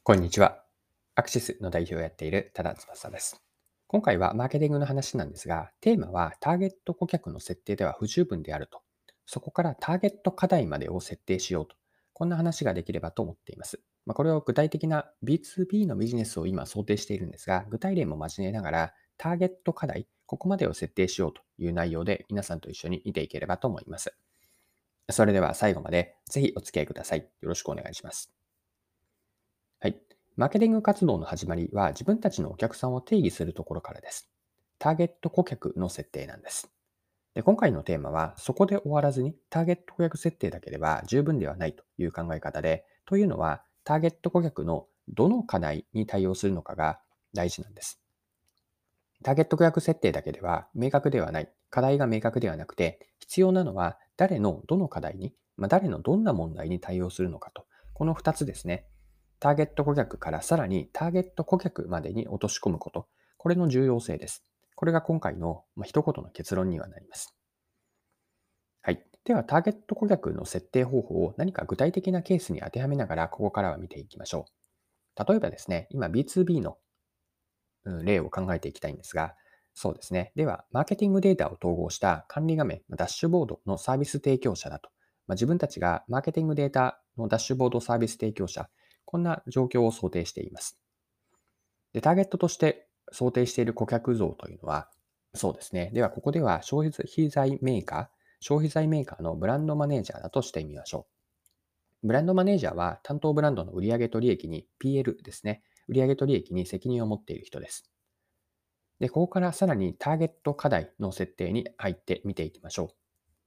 こんにちは。アクシスの代表をやっている多田翼です。今回はマーケティングの話なんですが、テーマはターゲット顧客の設定では不十分であると。そこからターゲット課題までを設定しようと。こんな話ができればと思っています。これを具体的な B2B のビジネスを今想定しているんですが、具体例も交えながらターゲット課題、ここまでを設定しようという内容で皆さんと一緒に見ていければと思います。それでは最後までぜひお付き合いください。よろしくお願いします。はい。マーケティング活動の始まりは自分たちのお客さんを定義するところからです。ターゲット顧客の設定なんです。で、今回のテーマはそこで終わらずにターゲット顧客設定だけでは十分ではないという考え方で、というのはターゲット顧客のどの課題に対応するのかが大事なんです。ターゲット顧客設定だけでは明確ではない、課題が明確ではなくて、必要なのは誰のどの課題に、誰のどんな問題に対応するのかと、この2つですね。ターゲット顧客からさらにターゲット顧客までに落とし込むこと。これの重要性です。これが今回の一言の結論にはなります。はい。では、ターゲット顧客の設定方法を何か具体的なケースに当てはめながら、ここからは見ていきましょう。例えばですね、今 B2B の例を考えていきたいんですが、そうですね。では、マーケティングデータを統合した管理画面、ダッシュボードのサービス提供者だと。自分たちがマーケティングデータのダッシュボードサービス提供者、こんな状況を想定しています。で、ターゲットとして想定している顧客像というのは、そうですね。では、ここでは消費財メーカーのブランドマネージャーだとしてみましょう。ブランドマネージャーは担当ブランドの売上と利益に PL ですね。売上と利益に責任を持っている人です。で、ここからさらにターゲット課題の設定に入って見ていきましょう。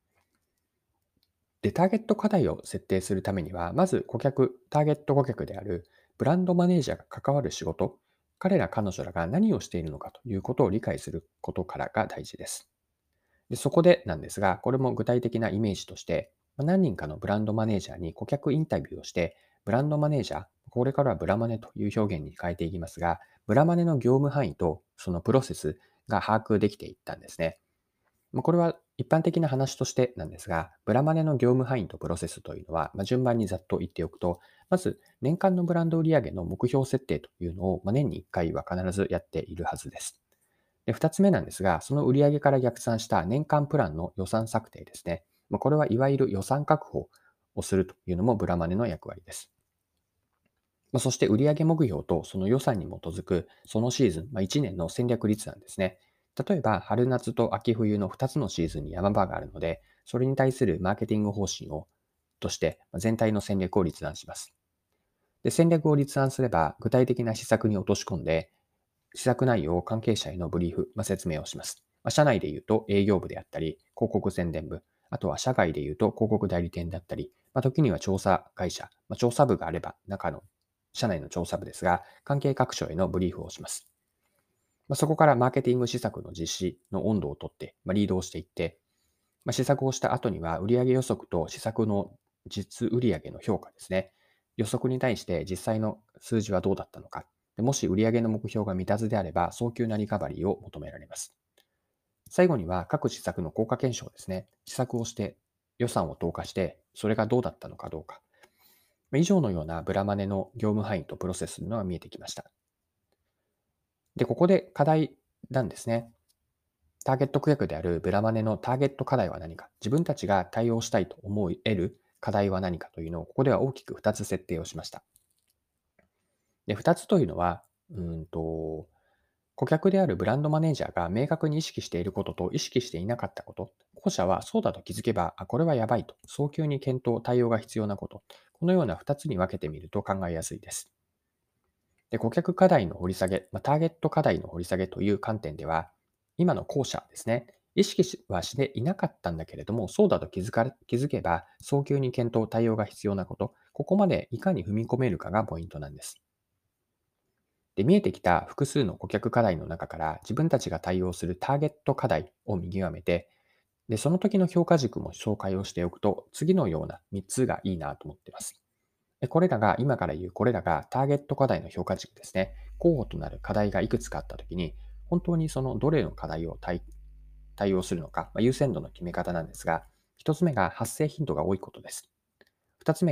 で、ターゲット課題を設定するためには、まずターゲット顧客であるブランドマネージャーが関わる仕事、彼女らが何をしているのかということを理解することからが大事です。で、そこでなんですが、これも具体的なイメージとして、何人かのブランドマネージャーに顧客インタビューをして、ブランドマネージャー、これからはブラマネという表現に変えていきますが、ブラマネの業務範囲とそのプロセスが把握できていったんですね。これは一般的な話としてなんですが、ブラマネの業務範囲とプロセスというのは、順番にざっと言っておくと、まず年間のブランド売上の目標設定というのを、年に1回は必ずやっているはずです。で、2つ目なんですが、その売上から逆算した年間プランの予算策定ですね。これはいわゆる予算確保をするというのもブラマネの役割です。そして売上目標とその予算に基づくそのシーズン、1年の戦略立案ですね。例えば、春夏と秋冬の2つのシーズンに山場があるので、それに対するマーケティング方針として、全体の戦略を立案します。で、戦略を立案すれば、具体的な施策に落とし込んで、施策内容を関係者へのブリーフ、説明をします。社内で言うと営業部であったり、広告宣伝部、あとは社外で言うと広告代理店だったり、時には調査会社、調査部があれば社内の調査部ですが、関係各所へのブリーフをします。そこからマーケティング施策の実施の温度をとって、リードをしていって、施策をした後には売上予測と施策の実売上の評価ですね。予測に対して実際の数字はどうだったのか。もし売上の目標が満たずであれば、早急なリカバリーを求められます。最後には各施策の効果検証ですね。施策をして予算を投下して、それがどうだったのかどうか。以上のようなブラマネの業務範囲とプロセスのが見えてきました。で、ここで課題なんですね。ターゲット顧客であるブラマネのターゲット課題は何か、自分たちが対応したいと思える課題は何かというのを、ここでは大きく2つ設定をしました。で、2つというのは、顧客であるブランドマネージャーが明確に意識していることと意識していなかったこと。後者はそうだと気づけば、これはやばいと、早急に検討、対応が必要なこと。このような2つに分けてみると考えやすいです。で、顧客課題の掘り下げ、ターゲット課題の掘り下げという観点では、今の後者ですね、意識はしていなかったんだけれども、そうだと気づけば、早急に検討、対応が必要なこと、ここまでいかに踏み込めるかがポイントなんです。で、見えてきた複数の顧客課題の中から自分たちが対応するターゲット課題を見極めて、で、その時の評価軸も紹介をしておくと、次のような3つがいいなと思っています。今から言うこれらがターゲット課題の評価軸ですね。候補となる課題がいくつかあったときに、本当にそのどれの課題を対応するのか、優先度の決め方なんですが、1つ目が発生頻度が多いことです。2つ目が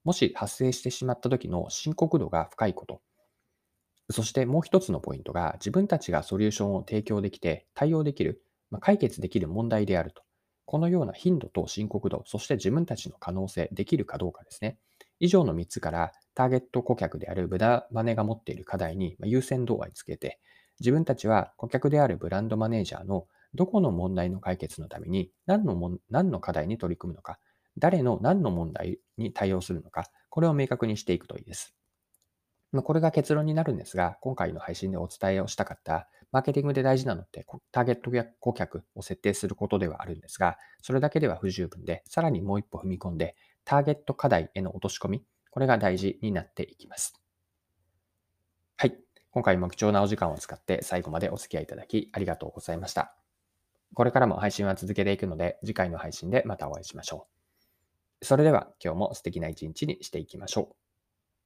もし発生してしまった時の深刻度が深いこと。そしてもう一つのポイントが、自分たちがソリューションを提供できて対応できる、解決できる問題であると。このような頻度と深刻度、そして自分たちの可能性、できるかどうかですね。以上の3つからターゲット顧客であるブラマネが持っている課題に優先度合いつけて、自分たちは顧客であるブランドマネージャーのどこの問題の解決のために何の課題に取り組むのか、誰の何の問題に対応するのか、これを明確にしていくといいです。これが結論になるんですが、今回の配信でお伝えをしたかった、マーケティングで大事なのって、ターゲット顧客を設定することではあるんですが、それだけでは不十分で、さらにもう一歩踏み込んで、ターゲット課題への落とし込み、これが大事になっていきます。はい。今回も貴重なお時間を使って最後までお付き合いいただきありがとうございました。これからも配信は続けていくので、次回の配信でまたお会いしましょう。それでは今日も素敵な一日にしていきましょう。